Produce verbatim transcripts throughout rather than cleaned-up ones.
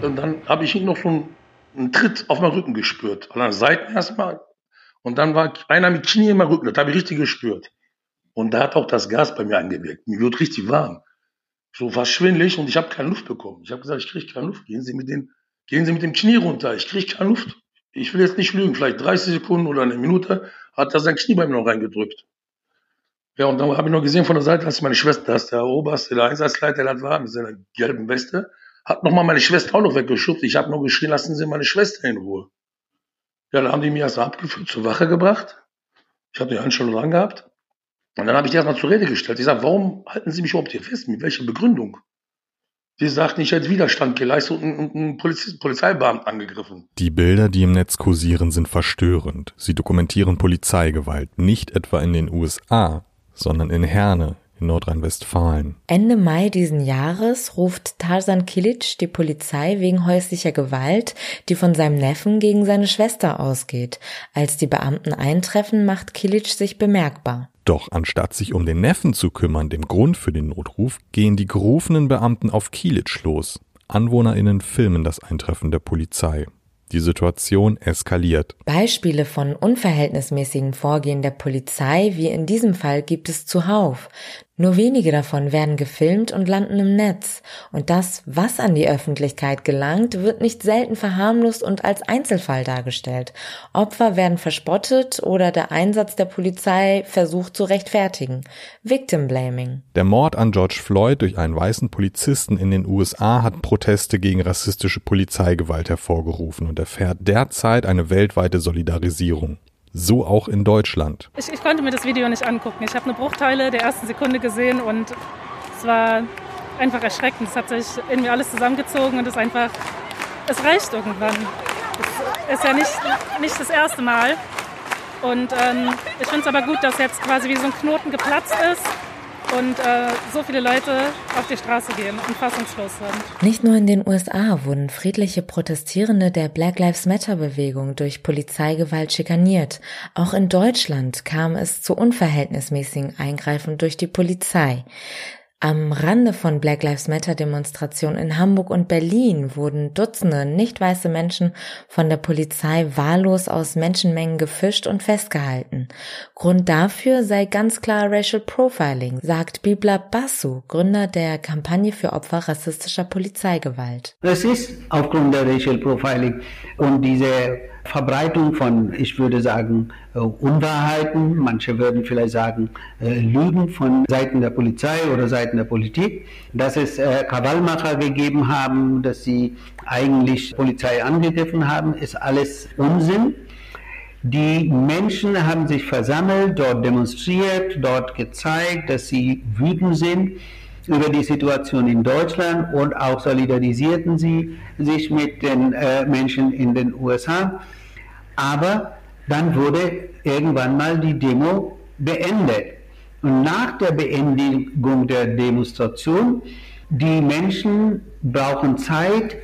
und dann habe ich noch so einen, einen Tritt auf meinen Rücken gespürt. An der Seite erstmal. Und dann war einer mit Knie in meinem Rücken. Das habe ich richtig gespürt. Und da hat auch das Gas bei mir eingewirkt. Mir wird richtig warm. So fast schwindelig und ich habe keine Luft bekommen. Ich habe gesagt, ich kriege keine Luft. Gehen Sie mit den, gehen Sie mit dem Knie runter. Ich kriege keine Luft. Ich will jetzt nicht lügen. Vielleicht dreißig Sekunden oder eine Minute hat er sein Knie bei mir noch reingedrückt. Ja, und dann habe ich noch gesehen von der Seite, dass meine Schwester, dass der Oberste, der Einsatzleiter, der das war, mit seiner gelben Weste, hat nochmal meine Schwester auch noch weggeschubst. Ich habe noch geschrien, lassen Sie meine Schwester in Ruhe. Ja, dann haben die mich erst abgeführt, zur Wache gebracht. Ich habe die Handschellen dran gehabt. Und dann habe ich die erstmal zur Rede gestellt. Ich sage, warum halten Sie mich überhaupt hier fest? Mit welcher Begründung? Sie sagten, ich hätte Widerstand geleistet und einen Poliz- Polizeibeamten angegriffen. Die Bilder, die im Netz kursieren, sind verstörend. Sie dokumentieren Polizeigewalt, nicht etwa in den U S A, sondern in Herne, in Nordrhein-Westfalen. Ende Mai diesen Jahres ruft Tarzan Kilic die Polizei wegen häuslicher Gewalt, die von seinem Neffen gegen seine Schwester ausgeht. Als die Beamten eintreffen, macht Kilic sich bemerkbar. Doch anstatt sich um den Neffen zu kümmern, dem Grund für den Notruf, gehen die gerufenen Beamten auf Kilic los. AnwohnerInnen filmen das Eintreffen der Polizei. Die Situation eskaliert. Beispiele von unverhältnismäßigen Vorgehen der Polizei, wie in diesem Fall, gibt es zuhauf. Nur wenige davon werden gefilmt und landen im Netz. Und das, was an die Öffentlichkeit gelangt, wird nicht selten verharmlost und als Einzelfall dargestellt. Opfer werden verspottet oder der Einsatz der Polizei versucht zu rechtfertigen. Victim Blaming. Der Mord an George Floyd durch einen weißen Polizisten in den U S A hat Proteste gegen rassistische Polizeigewalt hervorgerufen und erfährt derzeit eine weltweite Solidarisierung. So auch in Deutschland. Ich, ich konnte mir das Video nicht angucken. Ich habe eine Bruchteile der ersten Sekunde gesehen und es war einfach erschreckend. Es hat sich irgendwie alles zusammengezogen und es einfach, es reicht irgendwann. Es ist ja nicht, nicht das erste Mal. Und ähm, ich finde es aber gut, dass jetzt quasi wie so ein Knoten geplatzt ist und äh, so viele Leute auf die Straße gehen und fassungslos sind. Nicht nur in den U S A wurden friedliche Protestierende der Black Lives Matter-Bewegung durch Polizeigewalt schikaniert. Auch in Deutschland kam es zu unverhältnismäßigen Eingreifen durch die Polizei. Am Rande von Black Lives Matter-Demonstrationen in Hamburg und Berlin wurden Dutzende nicht weiße Menschen von der Polizei wahllos aus Menschenmengen gefischt und festgehalten. Grund dafür sei ganz klar Racial Profiling, sagt Biplab Basu, Gründer der Kampagne für Opfer rassistischer Polizeigewalt. Das ist aufgrund der Racial Profiling und diese Verbreitung von, ich würde sagen, Unwahrheiten, manche würden vielleicht sagen, Lügen von Seiten der Polizei oder Seiten der Politik, dass es Krawallmacher gegeben haben, dass sie eigentlich Polizei angegriffen haben, ist alles Unsinn. Die Menschen haben sich versammelt, dort demonstriert, dort gezeigt, dass sie wütend sind über die Situation in Deutschland und auch solidarisierten sie sich mit den äh, Menschen in den U S A. Aber dann wurde irgendwann mal die Demo beendet. Und nach der Beendigung der Demonstration, die Menschen brauchen Zeit,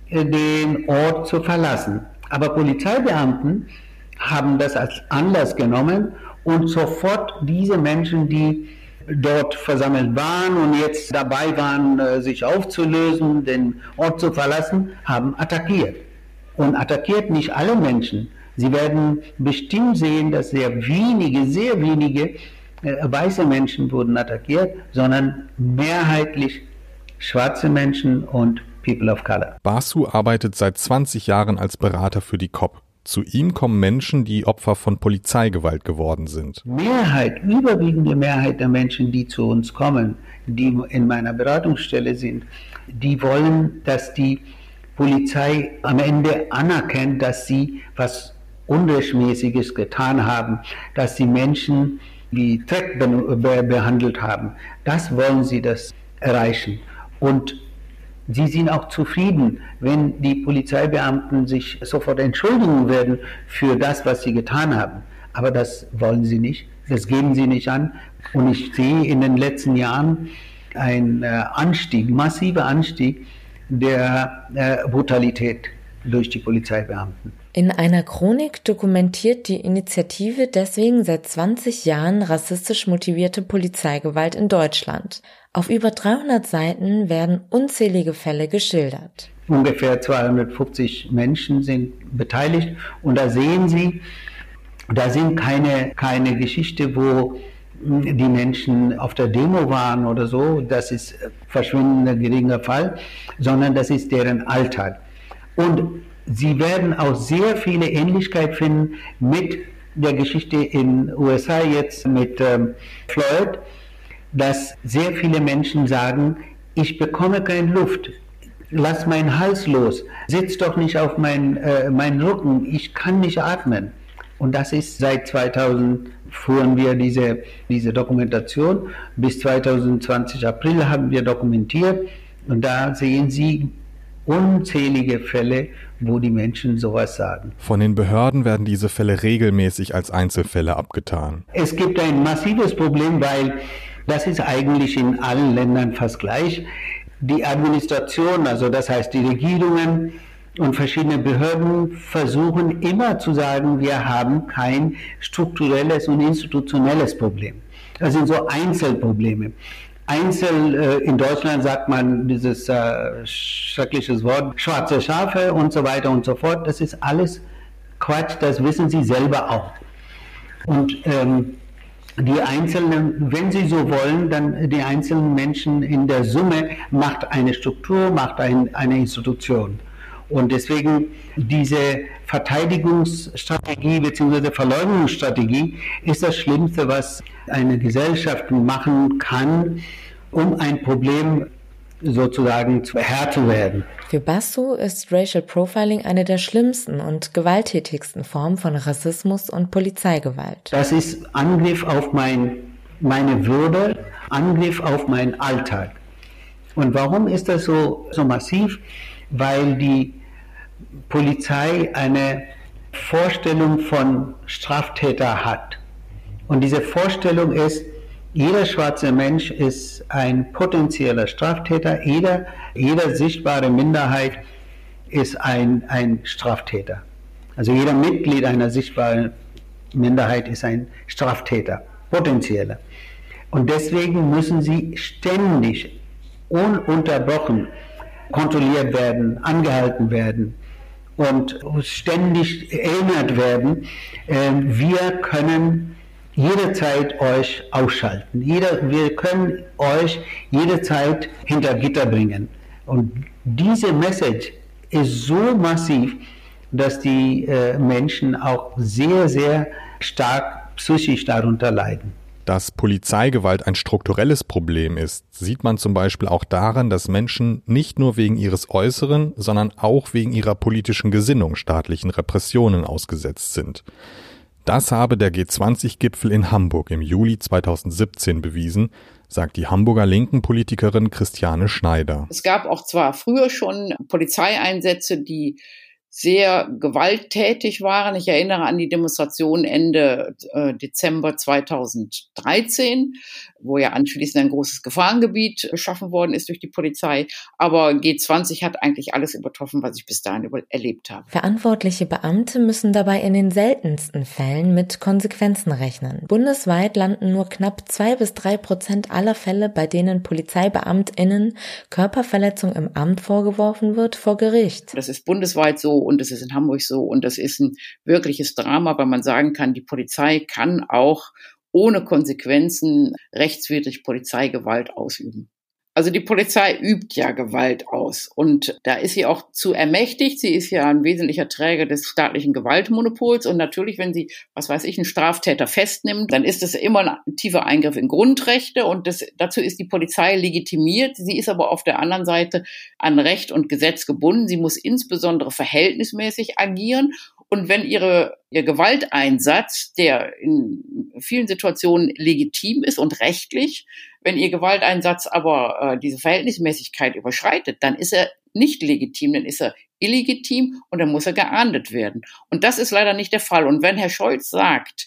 den Ort zu verlassen. Aber Polizeibeamten haben das als Anlass genommen und sofort diese Menschen, die dort versammelt waren und jetzt dabei waren, sich aufzulösen, den Ort zu verlassen, haben attackiert. Und attackiert nicht alle Menschen. Sie werden bestimmt sehen, dass sehr wenige, sehr wenige äh, weiße Menschen wurden attackiert, sondern mehrheitlich schwarze Menschen und People of Color. Basu arbeitet seit zwanzig Jahren als Berater für die C O P. Zu ihm kommen Menschen, die Opfer von Polizeigewalt geworden sind. Mehrheit, überwiegende Mehrheit der Menschen, die zu uns kommen, die in meiner Beratungsstelle sind, die wollen, dass die Polizei am Ende anerkennt, dass sie was Unrechtmäßiges getan haben, dass sie Menschen wie Dreck be- behandelt haben. Das wollen sie das erreichen. Und sie sind auch zufrieden, wenn die Polizeibeamten sich sofort entschuldigen werden für das, was sie getan haben. Aber das wollen sie nicht, das geben sie nicht an. Und ich sehe in den letzten Jahren einen Anstieg, massiver Anstieg der Brutalität durch die Polizeibeamten. In einer Chronik dokumentiert die Initiative deswegen seit zwanzig Jahren rassistisch motivierte Polizeigewalt in Deutschland. Auf über dreihundert Seiten werden unzählige Fälle geschildert. Ungefähr zweihundertfünfzig Menschen sind beteiligt. Und da sehen Sie, da sind keine, keine Geschichte, wo die Menschen auf der Demo waren oder so, das ist verschwindender geringer Fall, sondern das ist deren Alltag. Und Sie werden auch sehr viele Ähnlichkeit finden mit der Geschichte in den U S A jetzt mit ähm, Floyd, dass sehr viele Menschen sagen, ich bekomme keine Luft, lass meinen Hals los, sitz doch nicht auf mein, äh, meinen Rücken, ich kann nicht atmen. Und das ist seit zweitausend fuhren wir diese, diese Dokumentation. Bis zweitausendzwanzig April haben wir dokumentiert. Und da sehen Sie unzählige Fälle, wo die Menschen sowas sagen. Von den Behörden werden diese Fälle regelmäßig als Einzelfälle abgetan. Es gibt ein massives Problem, weil das ist eigentlich in allen Ländern fast gleich. Die Administration, also das heißt die Regierungen und verschiedene Behörden versuchen immer zu sagen, wir haben kein strukturelles und institutionelles Problem. Das sind so Einzelprobleme. Einzel, äh, in Deutschland sagt man dieses äh, schreckliches Wort, schwarze Schafe und so weiter und so fort. Das ist alles Quatsch, das wissen Sie selber auch. Und ähm, die einzelnen, wenn Sie so wollen, dann die einzelnen Menschen in der Summe macht eine Struktur, macht ein, eine Institution. Und deswegen diese Verteidigungsstrategie bzw. Verleugnungsstrategie ist das Schlimmste, was eine Gesellschaft machen kann, um ein Problem sozusagen Herr zu werden. Für Basu ist Racial Profiling eine der schlimmsten und gewalttätigsten Formen von Rassismus und Polizeigewalt. Das ist Angriff auf mein, meine Würde, Angriff auf meinen Alltag. Und warum ist das so, so massiv? Weil die Polizei eine Vorstellung von Straftäter hat. Und diese Vorstellung ist, jeder schwarze Mensch ist ein potenzieller Straftäter, jeder, jeder sichtbare Minderheit ist ein, ein Straftäter. Also jeder Mitglied einer sichtbaren Minderheit ist ein Straftäter, potenzieller. Und deswegen müssen sie ständig, ununterbrochen kontrolliert werden, angehalten werden und ständig erinnert werden, äh, wir können jederzeit euch ausschalten. Jeder, wir können euch jederzeit hinter Gitter bringen. Und diese Message ist so massiv, dass die äh, Menschen auch sehr, sehr stark psychisch darunter leiden. Dass Polizeigewalt ein strukturelles Problem ist, sieht man zum Beispiel auch daran, dass Menschen nicht nur wegen ihres Äußeren, sondern auch wegen ihrer politischen Gesinnung staatlichen Repressionen ausgesetzt sind. Das habe der G zwanzig Gipfel in Hamburg im Juli zweitausendsiebzehn bewiesen, sagt die Hamburger linken Politikerin Christiane Schneider. Es gab auch zwar früher schon Polizeieinsätze, die sehr gewalttätig waren. Ich erinnere an die Demonstration Ende äh, Dezember zweitausenddreizehn, wo ja anschließend ein großes Gefahrengebiet geschaffen worden ist durch die Polizei. Aber G zwanzig hat eigentlich alles übertroffen, was ich bis dahin über- erlebt habe. Verantwortliche Beamte müssen dabei in den seltensten Fällen mit Konsequenzen rechnen. Bundesweit landen nur knapp zwei bis drei Prozent aller Fälle, bei denen PolizeibeamtInnen Körperverletzung im Amt vorgeworfen wird, vor Gericht. Das ist bundesweit so und das ist in Hamburg so und das ist ein wirkliches Drama, weil man sagen kann, die Polizei kann auch ohne Konsequenzen rechtswidrig Polizeigewalt ausüben. Also die Polizei übt ja Gewalt aus und da ist sie auch zu ermächtigt. Sie ist ja ein wesentlicher Träger des staatlichen Gewaltmonopols und natürlich, wenn sie, was weiß ich, einen Straftäter festnimmt, dann ist das immer ein tiefer Eingriff in Grundrechte und das, dazu ist die Polizei legitimiert. Sie ist aber auf der anderen Seite an Recht und Gesetz gebunden. Sie muss insbesondere verhältnismäßig agieren. Und wenn ihre, ihr Gewalteinsatz, der in vielen Situationen legitim ist und rechtlich, wenn ihr Gewalteinsatz aber äh, diese Verhältnismäßigkeit überschreitet, dann ist er nicht legitim, dann ist er illegitim und dann muss er geahndet werden. Und das ist leider nicht der Fall. Und wenn Herr Scholz sagt,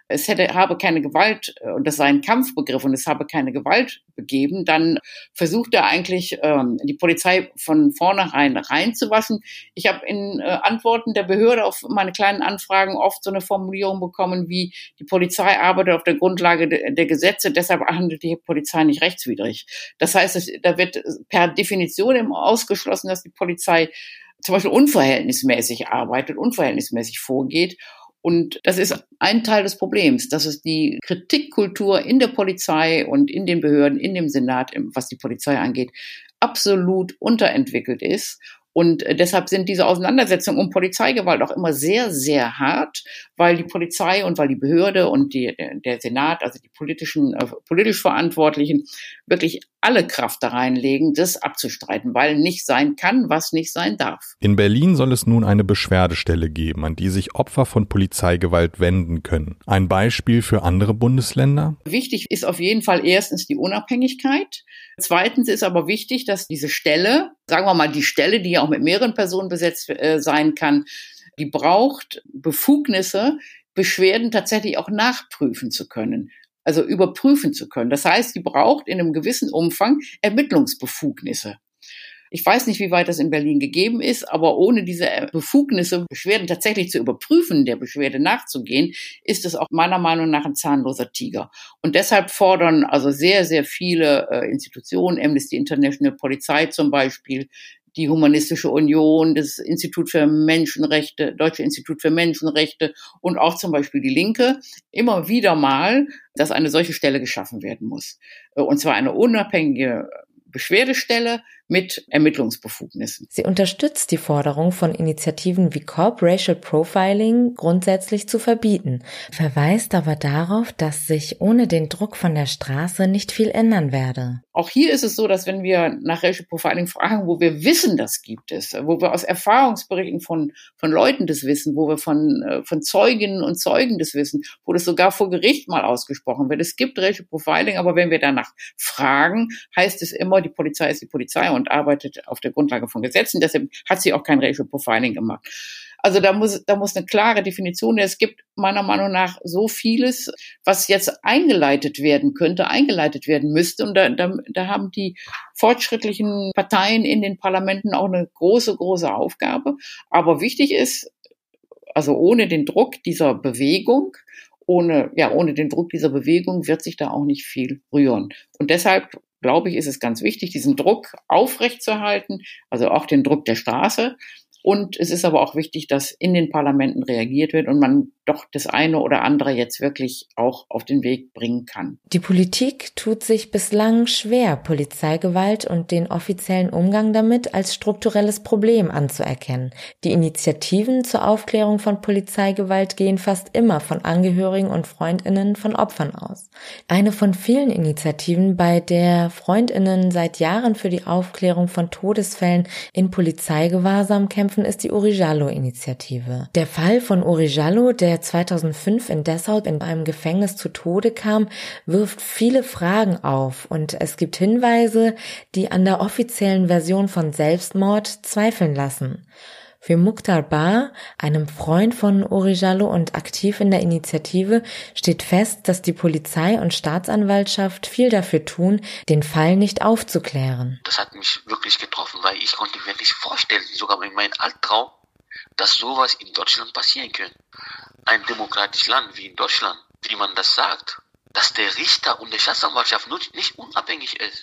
es hätte, habe keine Gewalt, und das sei ein Kampfbegriff, und es habe keine Gewalt begeben, dann versucht er eigentlich, ähm, die Polizei von vornherein reinzuwaschen. Ich habe in äh, Antworten der Behörde auf meine kleinen Anfragen oft so eine Formulierung bekommen wie, die Polizei arbeitet auf der Grundlage de, der Gesetze, deshalb handelt die Polizei nicht rechtswidrig. Das heißt, es, da wird per Definition immer ausgeschlossen, dass die Polizei zum Beispiel unverhältnismäßig arbeitet, unverhältnismäßig vorgeht. Und das ist ein Teil des Problems, dass es die Kritikkultur in der Polizei und in den Behörden, in dem Senat, was die Polizei angeht, absolut unterentwickelt ist. Und deshalb sind diese Auseinandersetzungen um Polizeigewalt auch immer sehr, sehr hart, weil die Polizei und weil die Behörde und die, der Senat, also die politischen, äh, politisch Verantwortlichen, wirklich alle Kraft da reinlegen, das abzustreiten, weil nicht sein kann, was nicht sein darf. In Berlin soll es nun eine Beschwerdestelle geben, an die sich Opfer von Polizeigewalt wenden können. Ein Beispiel für andere Bundesländer? Wichtig ist auf jeden Fall erstens die Unabhängigkeit. Zweitens ist aber wichtig, dass diese Stelle, sagen wir mal die Stelle, die ja auch mit mehreren Personen besetzt äh, sein kann, die braucht Befugnisse, Beschwerden tatsächlich auch nachprüfen zu können. Also überprüfen zu können. Das heißt, die braucht in einem gewissen Umfang Ermittlungsbefugnisse. Ich weiß nicht, wie weit das in Berlin gegeben ist, aber ohne diese Befugnisse, Beschwerden tatsächlich zu überprüfen, der Beschwerde nachzugehen, ist es auch meiner Meinung nach ein zahnloser Tiger. Und deshalb fordern also sehr, sehr viele äh, Institutionen, Amnesty International, Polizei zum Beispiel, die Humanistische Union, das Institut für Menschenrechte, Deutsche Institut für Menschenrechte und auch zum Beispiel die Linke, immer wieder mal, dass eine solche Stelle geschaffen werden muss. Und zwar eine unabhängige Beschwerdestelle mit Ermittlungsbefugnissen. Sie unterstützt die Forderung von Initiativen wie C O P, Racial Profiling grundsätzlich zu verbieten, verweist aber darauf, dass sich ohne den Druck von der Straße nicht viel ändern werde. Auch hier ist es so, dass wenn wir nach Racial Profiling fragen, wo wir wissen, das gibt es, wo wir aus Erfahrungsberichten von, von Leuten das wissen, wo wir von, von Zeuginnen und Zeugen das wissen, wo das sogar vor Gericht mal ausgesprochen wird. Es gibt Racial Profiling, aber wenn wir danach fragen, heißt es immer, die Polizei ist die Polizei und arbeitet auf der Grundlage von Gesetzen. Deshalb hat sie auch kein Racial Profiling gemacht. Also da muss, da muss eine klare Definition, es gibt meiner Meinung nach so vieles, was jetzt eingeleitet werden könnte, eingeleitet werden müsste. Und da, da, da haben die fortschrittlichen Parteien in den Parlamenten auch eine große, große Aufgabe. Aber wichtig ist, also ohne den Druck dieser Bewegung, ohne, ja, ohne den Druck dieser Bewegung wird sich da auch nicht viel rühren. Und deshalb glaube ich, ist es ganz wichtig, diesen Druck aufrechtzuerhalten, also auch den Druck der Straße. Und es ist aber auch wichtig, dass in den Parlamenten reagiert wird und man doch das eine oder andere jetzt wirklich auch auf den Weg bringen kann. Die Politik tut sich bislang schwer, Polizeigewalt und den offiziellen Umgang damit als strukturelles Problem anzuerkennen. Die Initiativen zur Aufklärung von Polizeigewalt gehen fast immer von Angehörigen und FreundInnen von Opfern aus. Eine von vielen Initiativen, bei der FreundInnen seit Jahren für die Aufklärung von Todesfällen in Polizeigewahrsam kämpfen, ist die Orijallo-Initiative. Der Fall von Orijallo, der zweitausendfünf in Dessau in einem Gefängnis zu Tode kam, wirft viele Fragen auf und es gibt Hinweise, die an der offiziellen Version von Selbstmord zweifeln lassen. Für Mukhtar Bar, einem Freund von Orijallo und aktiv in der Initiative, steht fest, dass die Polizei und Staatsanwaltschaft viel dafür tun, den Fall nicht aufzuklären. Das hat mich wirklich getroffen, weil ich konnte mir nicht vorstellen, sogar in meinem Albtraum, dass sowas in Deutschland passieren könnte. Ein demokratisches Land wie in Deutschland, wie man das sagt, dass der Richter und die Staatsanwaltschaft nicht unabhängig ist.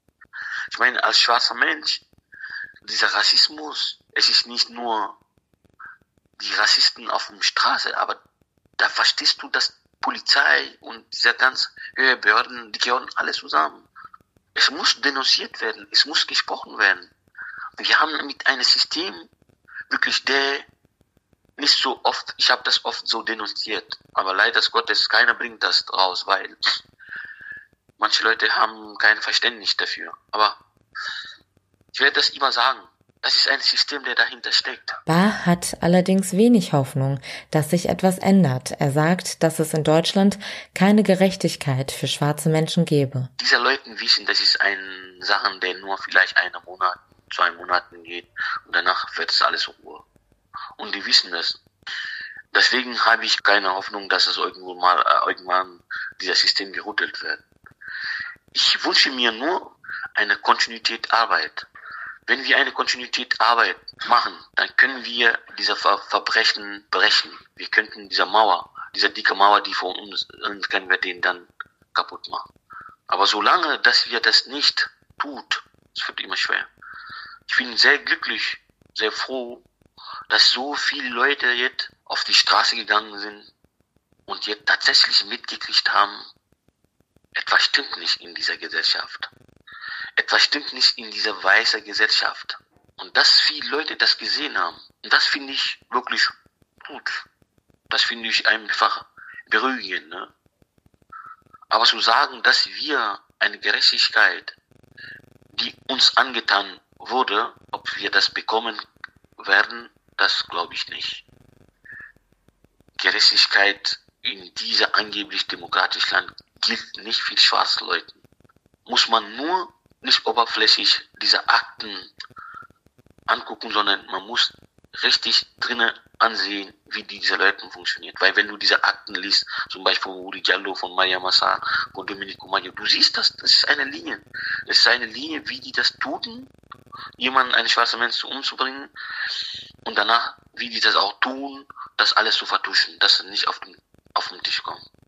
Ich meine, als schwarzer Mensch, dieser Rassismus, es ist nicht nur die Rassisten auf der Straße, aber da verstehst du, dass Polizei und diese ganz höhere Behörden, die gehören alle zusammen. Es muss denunziert werden, es muss gesprochen werden. Wir haben mit einem System wirklich, der nicht so oft, ich habe das oft so denunziert, aber leider Gottes, keiner bringt das raus, weil manche Leute haben kein Verständnis dafür. Aber ich werde das immer sagen. Das ist ein System, der dahinter steckt. Bar hat allerdings wenig Hoffnung, dass sich etwas ändert. Er sagt, dass es in Deutschland keine Gerechtigkeit für schwarze Menschen gebe. Diese Leute wissen, das ist eine Sache, der nur vielleicht einen Monat, zwei Monaten geht und danach wird es alles Ruhe. Und die wissen das. Deswegen habe ich keine Hoffnung, dass es irgendwo mal äh, irgendwann dieses System gerüttelt wird. Ich wünsche mir nur eine Kontinuität Arbeit. Wenn wir eine Kontinuität Arbeit machen, dann können wir diese Ver Verbrechen brechen. Wir könnten diese Mauer, diese dicke Mauer, die vor uns ist, können wir den dann kaputt machen. Aber solange, dass wir das nicht tut, es wird immer schwer. Ich bin sehr glücklich, sehr froh, dass so viele Leute jetzt auf die Straße gegangen sind und jetzt tatsächlich mitgekriegt haben, etwas stimmt nicht in dieser Gesellschaft. Etwas stimmt nicht in dieser weißen Gesellschaft. Und dass viele Leute das gesehen haben. Und das finde ich wirklich gut. Das finde ich einfach beruhigend. Ne? Aber zu sagen, dass wir eine Gerechtigkeit, die uns angetan wurde, ob wir das bekommen werden, das glaube ich nicht. Gerechtigkeit in dieser angeblich demokratischen Land gilt nicht für schwarze Leute. Muss man nur nicht oberflächlich diese Akten angucken, sondern man muss richtig drinnen ansehen, wie diese Leute funktioniert. Weil wenn du diese Akten liest, zum Beispiel von Uri Diallo, von Mariam Massar, von Dominique Maggio, du siehst das, das ist eine Linie. Das ist eine Linie, wie die das tun, jemanden, einen schwarzen Menschen umzubringen und danach, wie die das auch tun, das alles zu vertuschen, dass es nicht auf den, auf den Tisch kommt.